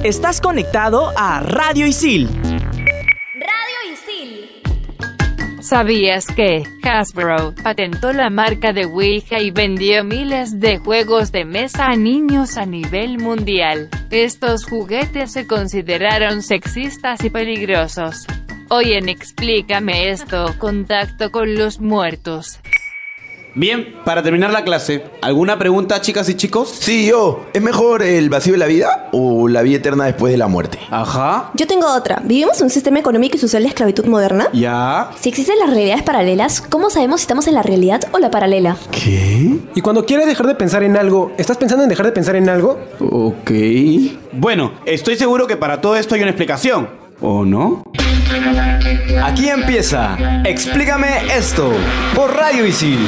Estás conectado a Radio Isil. Radio Isil. ¿Sabías que Hasbro patentó la marca de Ouija y vendió miles de juegos de mesa a niños a nivel mundial? Estos juguetes se consideraron sexistas y peligrosos. Hoy en Explícame Esto, contacto con los muertos. Bien, para terminar la clase, ¿alguna pregunta, chicas y chicos? Sí, yo. ¿Es mejor el vacío de la vida o la vida eterna después de la muerte? Ajá. Yo tengo otra. ¿Vivimos en un sistema económico y social de esclavitud moderna? Ya. Si existen las realidades paralelas, ¿cómo sabemos si estamos en la realidad o la paralela? ¿Qué? Y cuando quieres dejar de pensar en algo, ¿estás pensando en dejar de pensar en algo? Ok. Bueno, estoy seguro que para todo esto hay una explicación, ¿o no? Aquí empieza Explícame Esto por Radio Isil.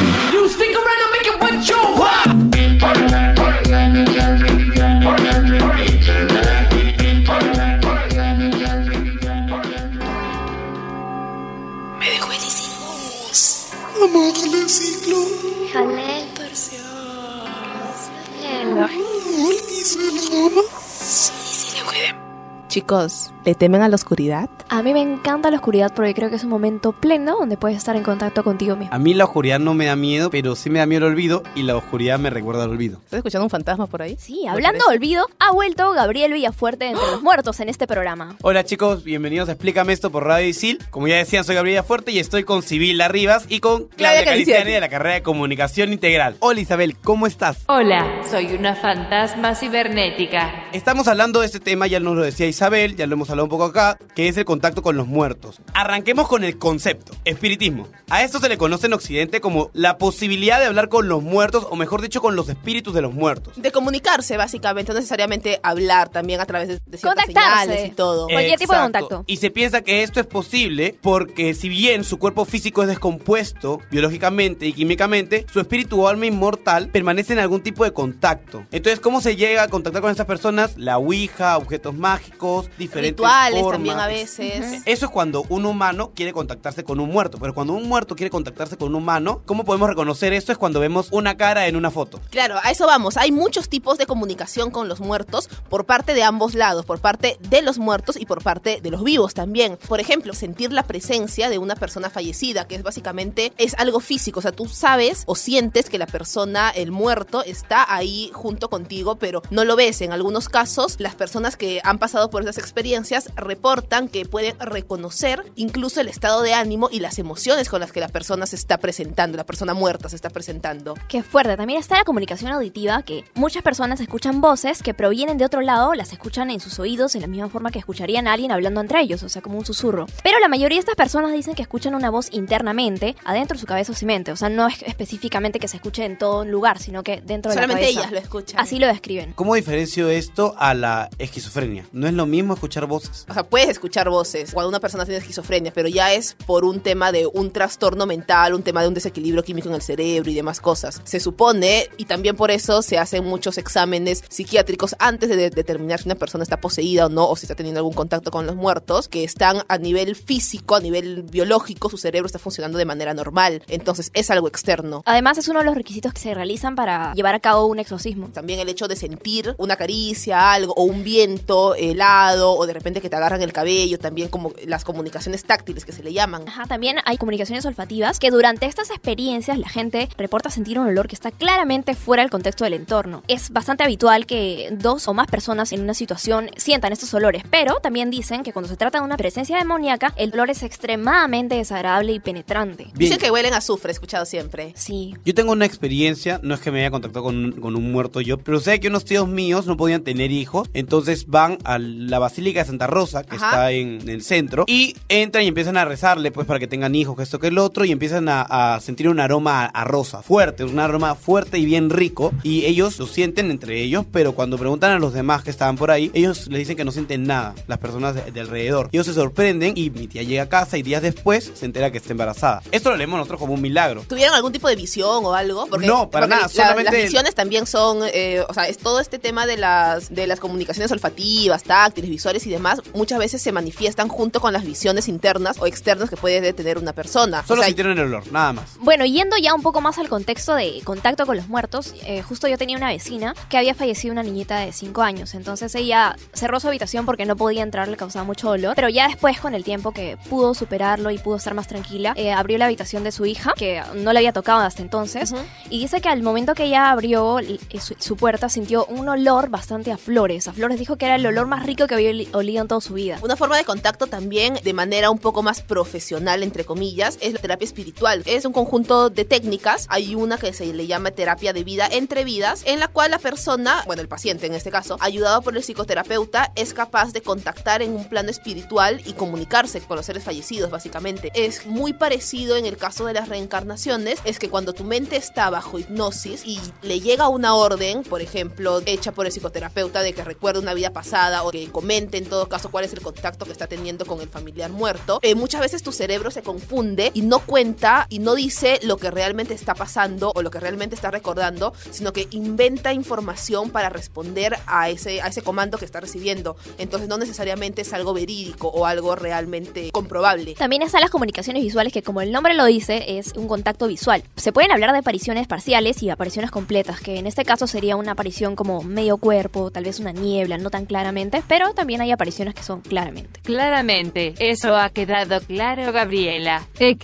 Me dejó el hicimos. Vamos a jalar el ciclo. Jalé. Sí, le cuiden. Chicos, ¿le temen a la oscuridad? A mí me encanta la oscuridad porque creo que es un momento pleno donde puedes estar en contacto contigo mismo. A mí la oscuridad no me da miedo, pero sí me da miedo el olvido y la oscuridad me recuerda al olvido. ¿Estás escuchando un fantasma por ahí? Sí, hablando de olvido, ha vuelto Gabriel Villafuerte entre los muertos en este programa. Hola chicos, bienvenidos a Explícame Esto por Radio Isil. Como ya decían, soy Gabriel Villafuerte y estoy con Sibila Rivas y con Claudia Caliciani de la carrera de Comunicación Integral. Hola Isabel, ¿cómo estás? Hola, soy una fantasma cibernética. Estamos hablando de este tema, ya nos lo decía Isabel, ya lo hemos hablado un poco acá, que es el contacto con los muertos. Arranquemos con el concepto, espiritismo. A esto se le conoce en Occidente como la posibilidad de hablar con los muertos, o mejor dicho, con los espíritus de los muertos. De comunicarse, básicamente, no necesariamente hablar, también a través de ciertas señales y todo. Cualquier tipo de contacto. Y se piensa que esto es posible porque si bien su cuerpo físico es descompuesto biológicamente y químicamente, su espíritu o alma inmortal permanece en algún tipo de contacto. Entonces, ¿cómo se llega a contactar con estas personas? La ouija, objetos mágicos, diferentes rituales formas. también a veces. Eso es cuando un humano quiere contactarse con un muerto, pero cuando un muerto quiere contactarse con un humano, ¿cómo podemos reconocer esto? Es cuando vemos una cara en una foto. Claro, a eso vamos. Hay muchos tipos de comunicación con los muertos por parte de ambos lados, por parte de los muertos y por parte de los vivos también. Por ejemplo, sentir la presencia de una persona fallecida, que es básicamente es algo físico. O sea, tú sabes o sientes que la persona, el muerto, está ahí junto contigo, pero no lo ves. En algunos casos, las personas que han pasado por esas experiencias reportan que pueden reconocer incluso el estado de ánimo y las emociones con las que la persona se está presentando, la persona muerta se está presentando. Qué fuerte. También está la comunicación auditiva, que muchas personas escuchan voces que provienen de otro lado, las escuchan en sus oídos en la misma forma que escucharían a alguien hablando entre ellos, o sea, como un susurro. Pero la mayoría de estas personas dicen que escuchan una voz internamente, adentro de su cabeza o su mente. O sea, no es específicamente que se escuche en todo un lugar, sino que dentro de la cabeza. Solamente ellas lo escuchan. Así lo describen. ¿Cómo diferencio esto a la esquizofrenia? No es lo mismo escuchar voces. O sea, puedes escuchar voces cuando una persona tiene esquizofrenia, pero ya es por un tema de un trastorno mental, un tema de un desequilibrio químico en el cerebro y demás cosas. Se supone, y también por eso se hacen muchos exámenes psiquiátricos antes de determinar si una persona está poseída o no, o si está teniendo algún contacto con los muertos, que están a nivel físico, a nivel biológico, su cerebro está funcionando de manera normal. Entonces es algo externo. Además, es uno de los requisitos que se realizan para llevar a cabo un exorcismo. También el hecho de sentir una caricia, algo, o un viento helado, o de repente que te agarran el cabello, también como las comunicaciones táctiles que se le llaman. Ajá, también hay comunicaciones olfativas que durante estas experiencias la gente reporta sentir un olor que está claramente fuera del contexto del entorno. Es bastante habitual que dos o más personas en una situación sientan estos olores, pero también dicen que cuando se trata de una presencia demoníaca, el olor es extremadamente desagradable y penetrante. Bien. Dicen que huelen a azufre, he escuchado siempre. Sí. Yo tengo una experiencia, no es que me haya contactado con un muerto yo, pero sé que unos tíos míos no podían tener hijos, entonces van a la Basílica de Santa Rosa, que está en el centro, y entran y empiezan a rezarle pues para que tengan hijos, que esto que el otro, y empiezan a sentir un aroma a rosa fuerte, un aroma fuerte y bien rico, y ellos lo sienten entre ellos, pero cuando preguntan a los demás que estaban por ahí, ellos les dicen que no sienten nada, las personas de alrededor. Ellos se sorprenden y mi tía llega a casa y días después se entera que está embarazada. Esto lo leemos nosotros como un milagro. ¿Tuvieron algún tipo de visión o algo? No, para nada, solamente... Las visiones también son, o sea, es todo este tema de las comunicaciones olfativas, táctiles, táctiles, visuales y demás, muchas veces se manifiestan junto con las visiones internas o externas que puede tener una persona. Solo sintieron el olor, nada más. Bueno, yendo ya un poco más al contexto de contacto con los muertos, justo yo tenía una vecina que había fallecido una niñita de 5 años, entonces ella cerró su habitación porque no podía entrar, le causaba mucho dolor, pero ya después, con el tiempo que pudo superarlo y pudo estar más tranquila, abrió la habitación de su hija, que no le había tocado hasta entonces, y dice que al momento que ella abrió su puerta sintió un olor bastante a flores. Dijo que era el olor más rico que había olido en toda su vida. Una forma de contacto también, de manera un poco más profesional, entre comillas, es la terapia espiritual. Es un conjunto de técnicas. Hay una que se le llama terapia de vida entre vidas, en la cual la persona, bueno, el paciente en este caso, ayudado por el psicoterapeuta, es capaz de contactar en un plano espiritual y comunicarse con los seres fallecidos, básicamente. Es muy parecido en el caso de las reencarnaciones, es que cuando tu mente está bajo hipnosis y le llega una orden, por ejemplo, hecha por el psicoterapeuta, de que recuerde una vida pasada o que comente en todo caso cuál es el contacto que está teniendo con el familiar muerto, muchas veces tu cerebro se confunde y no cuenta y no dice lo que realmente está pasando o lo que realmente está recordando, sino que inventa información para responder a ese comando que está recibiendo. Entonces no necesariamente es algo verídico o algo realmente comprobable. También están las comunicaciones visuales, que como el nombre lo dice, es un contacto visual. Se pueden hablar de apariciones parciales y apariciones completas, que en este caso sería una aparición como medio cuerpo, tal vez una niebla, no tan claramente, pero también hay apariciones que son claramente. Claramente, eso ha quedado claro, Gabriela.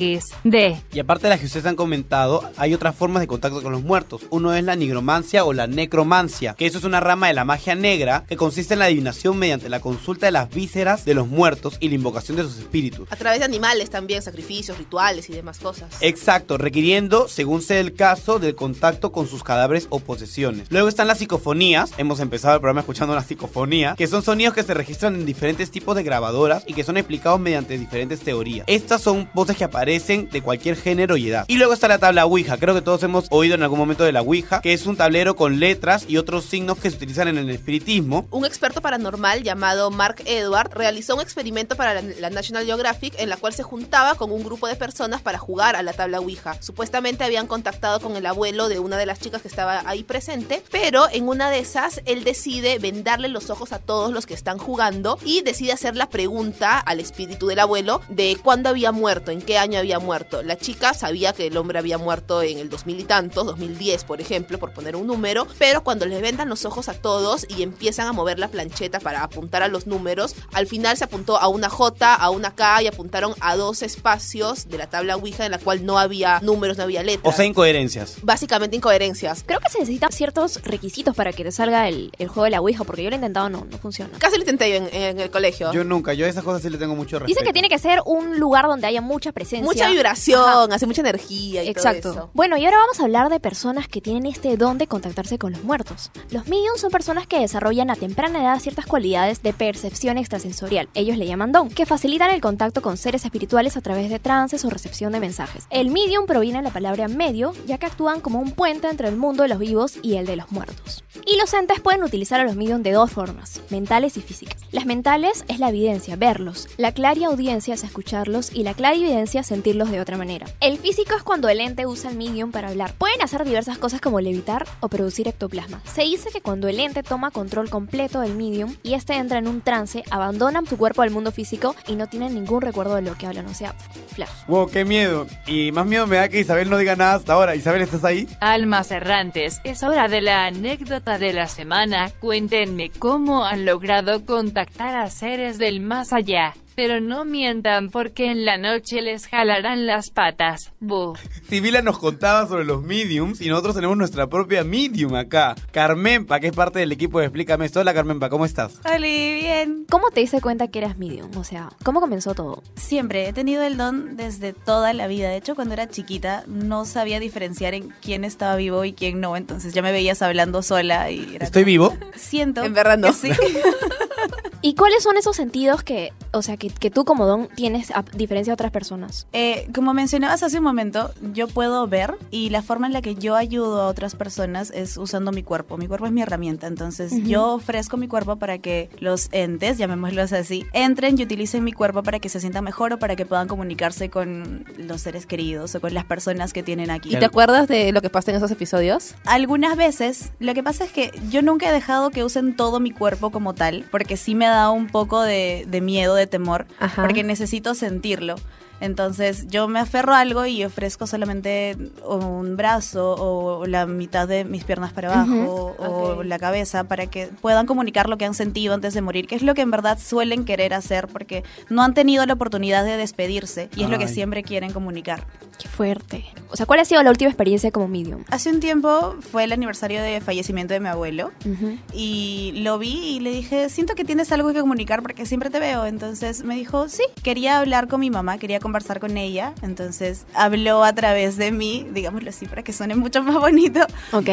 XD. Y aparte de las que ustedes han comentado, hay otras formas de contacto con los muertos. Uno es la nigromancia o la necromancia, que eso es una rama de la magia negra que consiste en la adivinación mediante la consulta de las vísceras de los muertos y la invocación de sus espíritus. A través de animales también, sacrificios, rituales y demás cosas. Exacto, requiriendo, según sea el caso, del contacto con sus cadáveres o posesiones. Luego están las psicofonías. Hemos empezado el programa escuchando una psicofonía, que son sonidos que se registran en diferentes tipos de grabadoras y que son explicados mediante diferentes teorías. Estas son voces que aparecen de cualquier género y edad. Y luego está la tabla Ouija. Creo que todos hemos oído en algún momento de la Ouija, que es un tablero con letras y otros signos que se utilizan en el espiritismo. Un experto paranormal llamado Mark Edward realizó un experimento para la National Geographic, en la cual se juntaba con un grupo de personas para jugar a la tabla Ouija. Supuestamente habían contactado con el abuelo de una de las chicas que estaba ahí presente, pero en una de esas él decide vendarle los ojos a todos los que están jugando y decide hacer la pregunta al espíritu del abuelo de cuándo había muerto, en qué año había muerto. La chica sabía que el hombre había muerto en el 2000 y tantos, 2010 por ejemplo, por poner un número, pero cuando les vendan los ojos a todos y empiezan a mover la plancheta para apuntar a los números, al final se apuntó a una J, a una K y apuntaron a dos espacios de la tabla Ouija en la cual no había números, no había letras. O sea, incoherencias. Básicamente incoherencias. Creo que se necesitan ciertos requisitos para que te salga el juego de la Ouija, porque yo lo he intentado, no funciona. Casi lo intenté yo en el colegio. Yo nunca, yo a esas cosas sí le tengo mucho respeto. Dicen que tiene que ser un lugar donde haya mucha presencia. Mucha vibración, hace mucha energía y exacto. todo eso. Bueno, y ahora vamos a hablar de personas que tienen este don de contactarse con los muertos. Los mediums son personas que desarrollan a temprana edad ciertas cualidades de percepción extrasensorial. Ellos le llaman don, que facilitan el contacto con seres espirituales a través de trances o recepción de mensajes. El medium proviene de la palabra medio, ya que actúan como un puente entre el mundo de los vivos y el de los muertos. Y los entes pueden utilizar a los medium de dos formas, mentales y físicas. Las mentales es la evidencia, verlos. La clariaudiencia es escucharlos y la clarividencia sentirlos de otra manera. El físico es cuando el ente usa el medium para hablar. Pueden hacer diversas cosas como levitar o producir ectoplasma. Se dice que cuando el ente toma control completo del medium y este entra en un trance, abandonan su cuerpo al mundo físico y no tienen ningún recuerdo de lo que hablan, o sea, flash. Wow, qué miedo. Y más miedo me da que Isabel no diga nada hasta ahora. Isabel, ¿estás ahí? Almas errantes, es hora de la anécdota de la semana. Cuéntenme cómo han logrado contactar a seres del más allá. Pero no mientan porque en la noche les jalarán las patas. Buh. Sibila nos contaba sobre los mediums y nosotros tenemos nuestra propia medium acá. Carmenpa, que es parte del equipo de Explícame Esto. Hola Carmenpa, ¿cómo estás? Hola, bien. ¿Cómo te diste cuenta que eras medium? O sea, ¿cómo comenzó todo? Siempre he tenido el don desde toda la vida. De hecho, cuando era chiquita no sabía diferenciar en quién estaba vivo y quién no. Entonces ya me veías hablando sola y era ¿Estoy vivo? Siento. En verdad no. Sí. ¿Y cuáles son esos sentidos que o sea, que tú como don tienes a diferencia de otras personas? Como mencionabas hace un momento, yo puedo ver y la forma en la que yo ayudo a otras personas es usando mi cuerpo. Mi cuerpo es mi herramienta, entonces yo ofrezco mi cuerpo para que los entes, llamémoslos así, entren y utilicen mi cuerpo para que se sientan mejor o para que puedan comunicarse con los seres queridos o con las personas que tienen aquí. ¿Y te acuerdas de lo que pasa en esos episodios? Algunas veces. Lo que pasa es que yo nunca he dejado que usen todo mi cuerpo como tal, porque sí me da un poco de miedo, de temor, porque necesito sentirlo. Entonces yo me aferro a algo y ofrezco solamente un brazo o la mitad de mis piernas para abajo o la cabeza para que puedan comunicar lo que han sentido antes de morir, que es lo que en verdad suelen querer hacer porque no han tenido la oportunidad de despedirse y es lo que siempre quieren comunicar. Qué fuerte. O sea, ¿cuál ha sido la última experiencia como medium? Hace un tiempo fue el aniversario de fallecimiento de mi abuelo y lo vi y le dije, siento que tienes algo que comunicar porque siempre te veo. Entonces me dijo, sí, quería hablar con mi mamá, quería conversar con ella. Entonces habló a través de mí, digámoslo así para que suene mucho más bonito. Ok.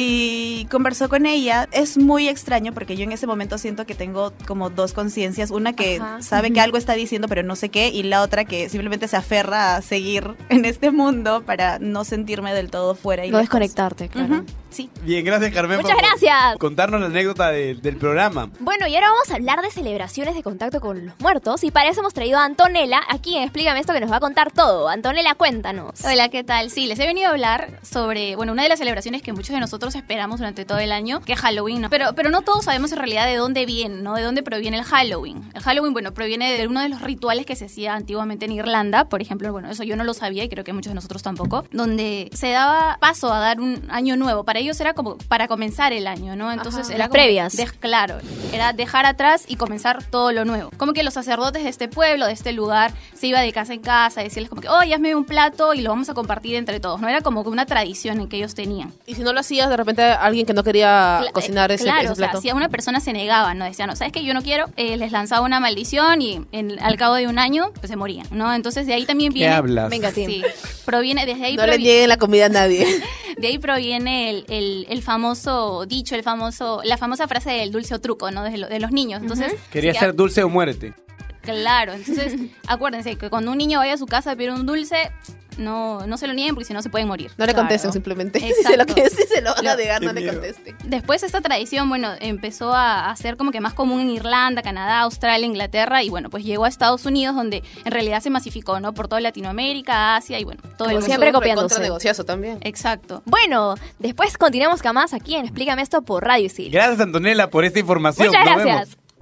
Y conversó con ella. Es muy extraño porque yo en ese momento siento que tengo como dos conciencias. Una que sabe que algo está diciendo pero no sé qué y la otra que simplemente se aferra a seguir en este mundo para no sentirme del todo fuera. Y no desconectarte, claro. Sí. Bien, gracias Carmen. Muchas gracias. Contarnos la anécdota del programa. Bueno, y ahora vamos a hablar de celebraciones de contacto con los muertos y para eso hemos traído a Antonella aquí en Explícame Esto que nos va a contar todo. Antonella, cuéntanos. Hola, ¿qué tal? Sí, les he venido a hablar sobre, una de las celebraciones que muchos de nosotros esperamos durante todo el año, que es Halloween, ¿no? Pero no todos sabemos en realidad de dónde viene, ¿no? De dónde proviene el Halloween. El Halloween, proviene de uno de los rituales que se hacía antiguamente en Irlanda, por ejemplo, eso yo no lo sabía y creo que muchos de nosotros tampoco, donde se daba paso a dar un año nuevo. Para ellos era como para comenzar el año, ¿no? Entonces era las previas. Claro, era dejar atrás y comenzar todo lo nuevo. Como que los sacerdotes de este pueblo, de este lugar, se iba de casa en casa a decirles como que, hazme un plato y lo vamos a compartir entre todos, ¿no? Era como que una tradición en que ellos tenían. Y si no lo hacías, de repente alguien que no quería cocinar ese plato. Claro, si a una persona se negaba, ¿no? Decía, no, ¿sabes qué? Yo no quiero, les lanzaba una maldición y al cabo de un año, pues se morían, ¿no? Entonces de ahí también viene... ¿Qué hablas? Venga, sí. Proviene, desde ahí no le nieguen la comida a nadie. De ahí proviene el famoso dicho, la famosa frase del dulce o truco, ¿no? De los niños. Entonces, quería ser dulce o muérete. Claro, entonces acuérdense que cuando un niño vaya a su casa a pedir un dulce, no se lo nieguen porque si no se pueden morir. No le contesten simplemente. Si se lo van a negar, no le contesten. Después esta tradición, empezó a ser como que más común en Irlanda, Canadá, Australia, Inglaterra y pues llegó a Estados Unidos donde en realidad se masificó, ¿no? Por toda Latinoamérica, Asia y todo el mundo. Siempre copiándose. Contra negociazo también. Exacto. Bueno, después continuamos con más aquí en Explícame Esto por Radio Isil. Gracias Antonella por esta información. Muchas Nos gracias. vemos.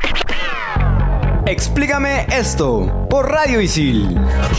Explícame esto por Radio Isil.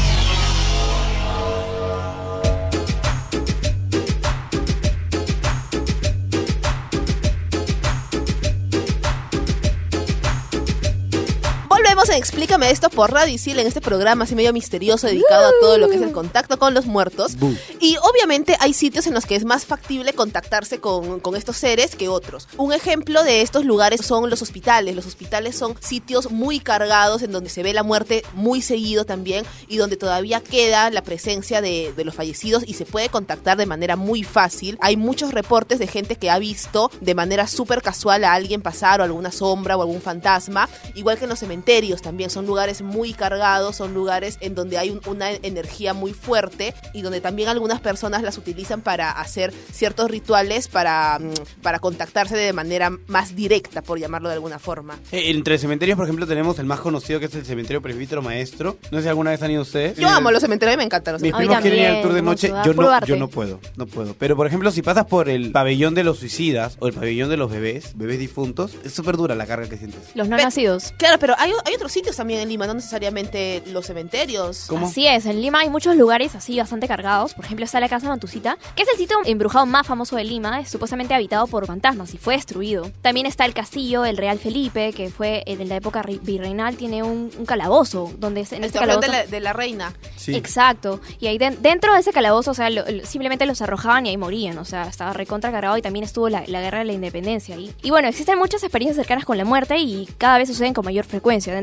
Volvemos en Explícame Esto por Radio Isil, en este programa así medio misterioso dedicado a todo lo que es el contacto con los muertos. Y obviamente hay sitios en los que es más factible contactarse con estos seres que otros. Un ejemplo de estos lugares son los hospitales. Los hospitales son sitios muy cargados en donde se ve la muerte muy seguido también y donde todavía queda la presencia de los fallecidos y se puede contactar de manera muy fácil. Hay muchos reportes de gente que ha visto de manera súper casual a alguien pasar o alguna sombra o algún fantasma, igual que en los cementerios también son lugares muy cargados, son lugares en donde hay una energía muy fuerte y donde también algunas personas las utilizan para hacer ciertos rituales para contactarse de manera más directa, por llamarlo de alguna forma. Entre cementerios, por ejemplo, tenemos el más conocido que es el cementerio Presbítero Maestro. No sé si alguna vez han ido ustedes. Yo amo los cementerios, a mí me encantan los cementerios. Mis primos quieren ir al tour de noche, yo no puedo. Pero por ejemplo, si pasas por el pabellón de los suicidas o el pabellón de los bebés difuntos, es súper dura la carga que sientes. Los no nacidos. Claro, pero hay otros sitios también en Lima, no necesariamente los cementerios. ¿Cómo? Así es, en Lima hay muchos lugares así bastante cargados. Por ejemplo, está la Casa Mantusita, que es el sitio embrujado más famoso de Lima, es supuestamente habitado por fantasmas y fue destruido. También está el castillo, el Real Felipe, que fue en la época virreinal, tiene un calabozo, donde en este calabozo... de la reina. Sí. Exacto. Y ahí dentro de ese calabozo, o sea, simplemente los arrojaban y ahí morían, o sea, estaba recontra cargado y también estuvo la guerra de la independencia ahí. Y bueno, existen muchas experiencias cercanas con la muerte y cada vez suceden con mayor frecuencia.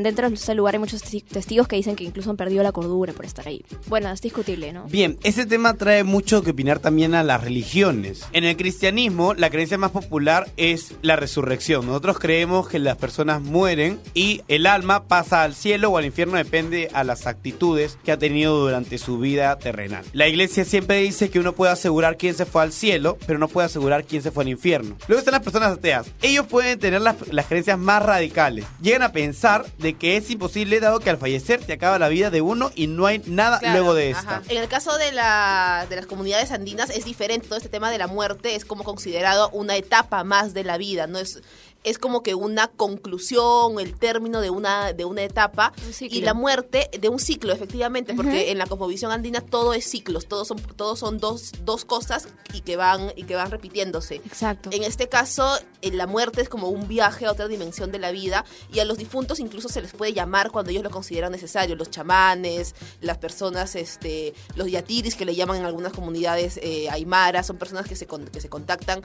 dentro de ese lugar hay muchos testigos que dicen que incluso han perdido la cordura por estar ahí. Bueno, es discutible, ¿no? Bien, ese tema trae mucho que opinar también a las religiones. En el cristianismo, la creencia más popular es la resurrección. Nosotros creemos que las personas mueren y el alma pasa al cielo o al infierno, depende a las actitudes que ha tenido durante su vida terrenal. La iglesia siempre dice que uno puede asegurar quién se fue al cielo, pero no puede asegurar quién se fue al infierno. Luego están las personas ateas. Ellos pueden tener las creencias más radicales. Llegan a pensar de que es imposible, dado que al fallecer se acaba la vida de uno y no hay nada luego de esta. En el caso de las comunidades andinas es diferente. Todo este tema de la muerte es como considerado una etapa más de la vida, no es como que una conclusión, el término de una etapa, y la muerte de un ciclo, efectivamente, porque en la cosmovisión andina todo es ciclos, todos son dos cosas y que van repitiéndose. Exacto. En este caso, la muerte es como un viaje a otra dimensión de la vida, y a los difuntos incluso se les puede llamar cuando ellos lo consideran necesario, los chamanes, las personas, los yatiris, que le llaman en algunas comunidades aymaras, son personas que se contactan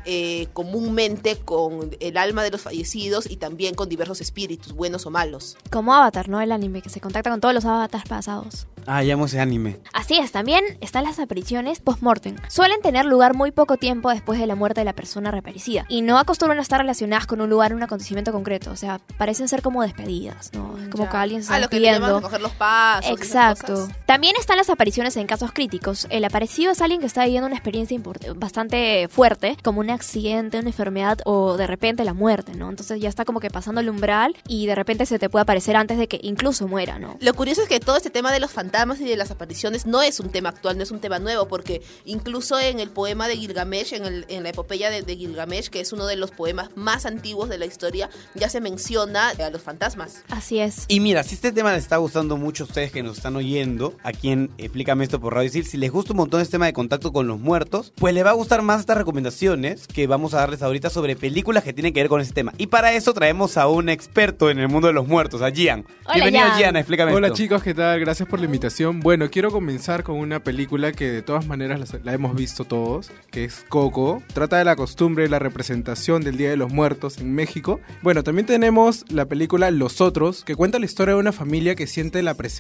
comúnmente con el alma de los fallecidos y también con diversos espíritus, buenos o malos. Como Avatar, ¿no? El anime, que se contacta con todos los avatars pasados. Llamo ese anime. Así es, también están las apariciones post-mortem. Suelen tener lugar muy poco tiempo después de la muerte de la persona reaparecida y no acostumbran a estar relacionadas con un lugar o un acontecimiento concreto. O sea, parecen ser como despedidas, ¿no? Es como que alguien se está despidiendo. Los que coger los pasos. Exacto. También están las apariciones en casos críticos. El aparecido es alguien que está viviendo una experiencia bastante fuerte, como un accidente, una enfermedad o de repente la muerte, ¿no? Entonces ya está como que pasando el umbral y de repente se te puede aparecer antes de que incluso muera, ¿no? Lo curioso es que todo este tema de los fantasmas y de las apariciones no es un tema actual, no es un tema nuevo, porque incluso en el poema de Gilgamesh, en la epopeya de Gilgamesh, que es uno de los poemas más antiguos de la historia, ya se menciona a los fantasmas. Así es. Y mira, si este tema les está gustando mucho a ustedes que nos están oyendo, aquí en Explícame Esto por Radio Isil, si les gusta un montón este tema de contacto con los muertos, pues les va a gustar más estas recomendaciones que vamos a darles ahorita sobre películas que tienen que ver con este tema. Y para eso traemos a un experto en el mundo de los muertos, a Gian. Hola, Bienvenido, Gian, Explícame Esto. Hola chicos, ¿qué tal? Gracias por la invitación. Bueno, quiero comenzar con una película que de todas maneras la hemos visto todos, que es Coco. Trata de la costumbre y la representación del Día de los Muertos en México. Bueno, también tenemos la película Los Otros, que cuenta la historia de una familia que siente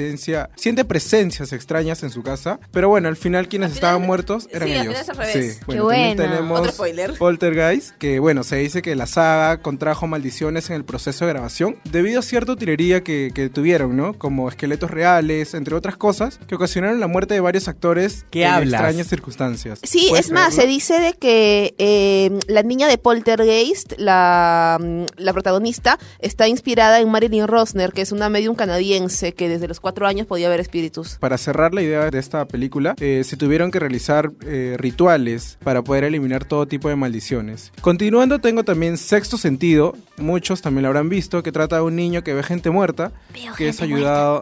presencias extrañas en su casa, pero bueno, al final quienes estaban muertos eran ellos. Al final es al revés. Sí, bueno, también tenemos otro spoiler. Poltergeist, que bueno, se dice que la saga contrajo maldiciones en el proceso de grabación debido a cierta utilería que tuvieron, ¿no? Como esqueletos reales, entre otras cosas, que ocasionaron la muerte de varios actores en extrañas circunstancias. Sí, es más, se dice de que la niña de Poltergeist, la protagonista, está inspirada en Marilyn Rosner, que es una medium canadiense que desde los 4 años podía ver espíritus. Para cerrar la idea de esta película, se tuvieron que realizar rituales para poder eliminar todo tipo de maldiciones. Continuando, tengo también Sexto Sentido, muchos también lo habrán visto, que trata de un niño que ve gente muerta, que es ayudado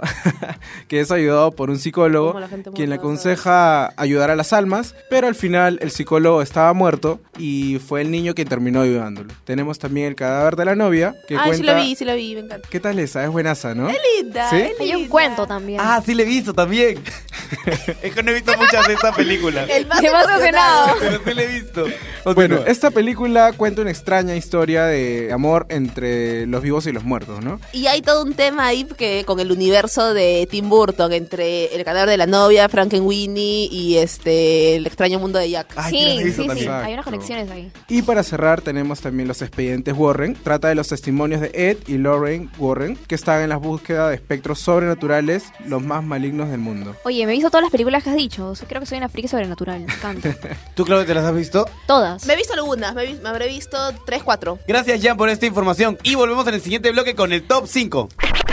por un psicólogo, quien le aconseja ayudar a las almas, pero al final el psicólogo estaba muerto y fue el niño quien terminó ayudándolo. Tenemos también El cadáver de la novia, que cuenta... sí la vi, me encanta. ¿Qué tal esa? Es buenaza, ¿no? Es linda, ¿Sí? Hay un cuento también. Sí le he visto también. Es que no he visto muchas de estas películas. El más emocionado. Pero sí le he visto. Bueno, esta película cuenta una extraña historia de amor entre los vivos y los muertos, ¿no? Y hay todo un tema ahí que con el universo de Tim Burton, entre El cadáver de la novia, Frankenweenie y El extraño mundo de Jack. Sí, hay unas conexiones ahí. Y para cerrar tenemos también Los expedientes Warren. Trata de los testimonios de Ed y Lorraine Warren, que están en la búsqueda de espectros sobrenaturales, los más malignos del mundo. Oye, me he visto todas las películas que has dicho. Creo que soy una friki sobrenatural, me encanta. ¿Tú, Claudia, te las has visto? Todas. Me he visto algunas, me habré visto 3, 4. Gracias, Jan, por esta información. Y volvemos en el siguiente bloque con el Top 5.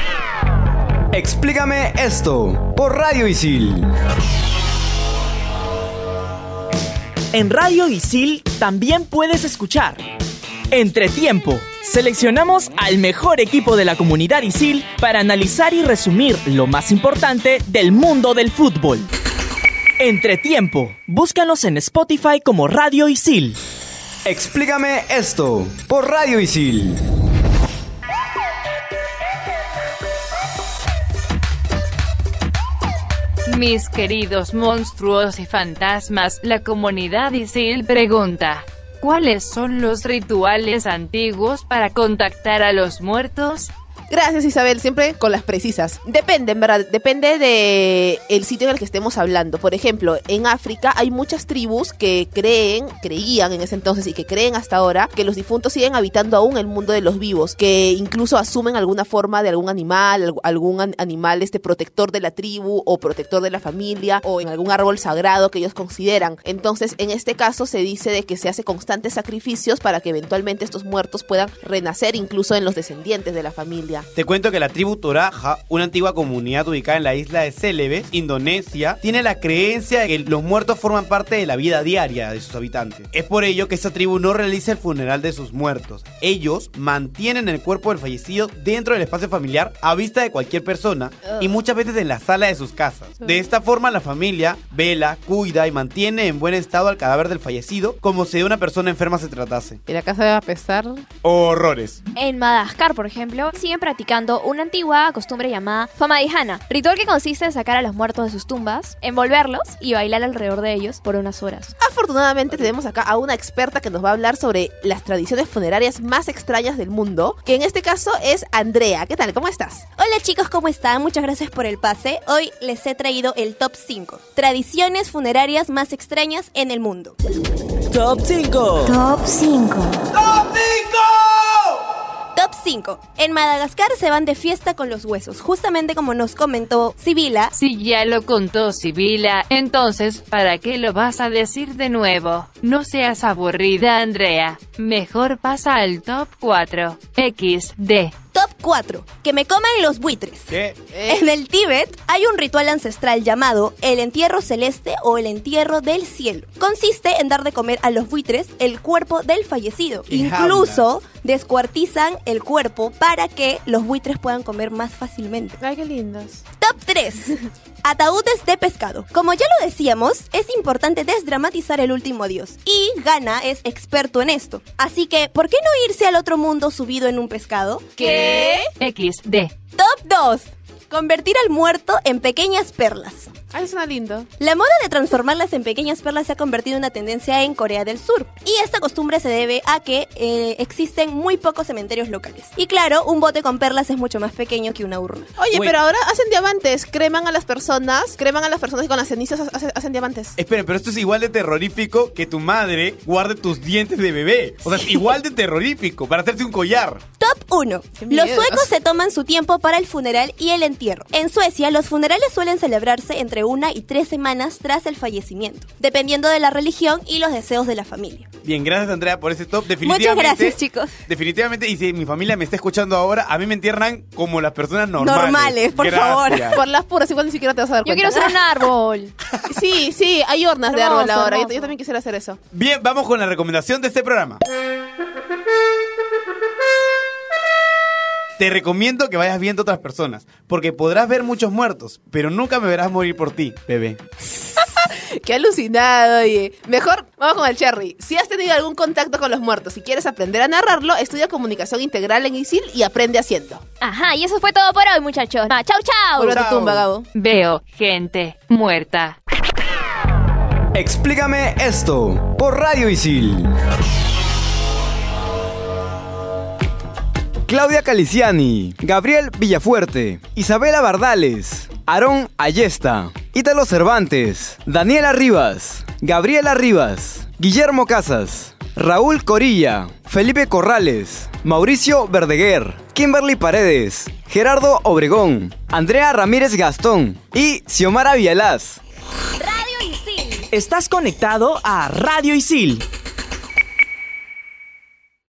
Explícame Esto por Radio Isil. En Radio Isil también puedes escuchar Entretiempo. Seleccionamos al mejor equipo de la comunidad Isil para analizar y resumir lo más importante del mundo del fútbol. Entretiempo. Búscanos en Spotify como Radio Isil. Explícame Esto por Radio Isil. Mis queridos monstruos y fantasmas, la comunidad Isil pregunta: ¿cuáles son los rituales antiguos para contactar a los muertos? Gracias, Isabel, siempre con las precisas. Depende, en verdad, depende de el sitio en el que estemos hablando. Por ejemplo, en África hay muchas tribus que creían en ese entonces y que creen hasta ahora que los difuntos siguen habitando aún el mundo de los vivos, que incluso asumen alguna forma de algún animal protector de la tribu o protector de la familia o en algún árbol sagrado que ellos consideran. Entonces, en este caso se dice de que se hace constantes sacrificios para que eventualmente estos muertos puedan renacer incluso en los descendientes de la familia. Te cuento que la tribu Toraja, una antigua comunidad ubicada en la isla de Celebes, Indonesia, tiene la creencia de que los muertos forman parte de la vida diaria de sus habitantes. Es por ello que esta tribu no realiza el funeral de sus muertos. Ellos mantienen el cuerpo del fallecido dentro del espacio familiar a vista de cualquier persona y muchas veces en la sala de sus casas. De esta forma la familia vela, cuida y mantiene en buen estado al cadáver del fallecido como si de una persona enferma se tratase. ¿Y la casa debe apestar? Horrores. En Madagascar, por ejemplo, siguen practicando una antigua costumbre llamada Famadihana, ritual que consiste en sacar a los muertos de sus tumbas, envolverlos y bailar alrededor de ellos por unas horas. Afortunadamente tenemos acá a una experta que nos va a hablar sobre las tradiciones funerarias más extrañas del mundo, que en este caso es Andrea. ¿Qué tal? ¿Cómo estás? Hola chicos, ¿cómo están? Muchas gracias por el pase. Hoy les he traído el top 5 tradiciones funerarias más extrañas en el mundo. Top 5. Top 5. ¡Top 5! Top 5. En Madagascar se van de fiesta con los huesos, justamente como nos comentó Sibila. Si ya lo contó Sibila, entonces, ¿para qué lo vas a decir de nuevo? No seas aburrida, Andrea. Mejor pasa al top 4. XD. Top 4. Que me coman los buitres. ¿Qué? En el Tíbet hay un ritual ancestral llamado el entierro celeste o el entierro del cielo. Consiste en dar de comer a los buitres el cuerpo del fallecido. Incluso descuartizan el cuerpo para que los buitres puedan comer más fácilmente. Ay, qué lindos. Top 3. Ataúdes de pescado. Como ya lo decíamos, es importante desdramatizar el último adiós. Y Ghana es experto en esto. Así que, ¿por qué no irse al otro mundo subido en un pescado? ¿Qué? XD. Top 2. Convertir al muerto en pequeñas perlas. Ay, suena lindo. La moda de transformarlas en pequeñas perlas se ha convertido en una tendencia en Corea del Sur. Y esta costumbre se debe a que existen muy pocos cementerios locales. Y claro, un bote con perlas es mucho más pequeño que una urna. Oye, pero ahora hacen diamantes. Creman a las personas y con las cenizas hacen diamantes. Espera, pero esto es igual de terrorífico que tu madre guarde tus dientes de bebé. O sea, es igual de terrorífico para hacerte un collar. Top 1. Los suecos se toman su tiempo para el funeral y el entierro. En Suecia, los funerales suelen celebrarse entre 1 y 3 semanas tras el fallecimiento, dependiendo de la religión y los deseos de la familia. Bien, gracias Andrea por ese top. Definitivamente. Muchas gracias, chicos. Definitivamente, y si mi familia me está escuchando ahora, a mí me entierran como las personas normales. Normales, por favor. Por las puras, igual ni siquiera te vas a dar cuenta. Yo quiero ser un árbol. Sí, hay hornas de árbol ahora. Yo también quisiera hacer eso. Bien, vamos con la recomendación de este programa. Te recomiendo que vayas viendo otras personas, porque podrás ver muchos muertos, pero nunca me verás morir por ti, bebé. Qué alucinado, oye. Mejor, vamos con el Cherry. Si has tenido algún contacto con los muertos y quieres aprender a narrarlo, estudia comunicación integral en ISIL y aprende haciendo. Ajá, y eso fue todo por hoy, muchachos. Chau, chau. Vuelve a tu tumba, Gabo. Veo gente muerta. Explícame esto por Radio Isil. Claudia Caliciani, Gabriel Villafuerte, Isabela Bardales, Aarón Ayesta, Ítalo Cervantes, Daniela Rivas, Gabriela Rivas, Guillermo Casas, Raúl Corilla, Felipe Corrales, Mauricio Verdeguer, Kimberly Paredes, Gerardo Obregón, Andrea Ramírez Gastón y Xiomara Vialaz. Radio Isil. Estás conectado a Radio Isil.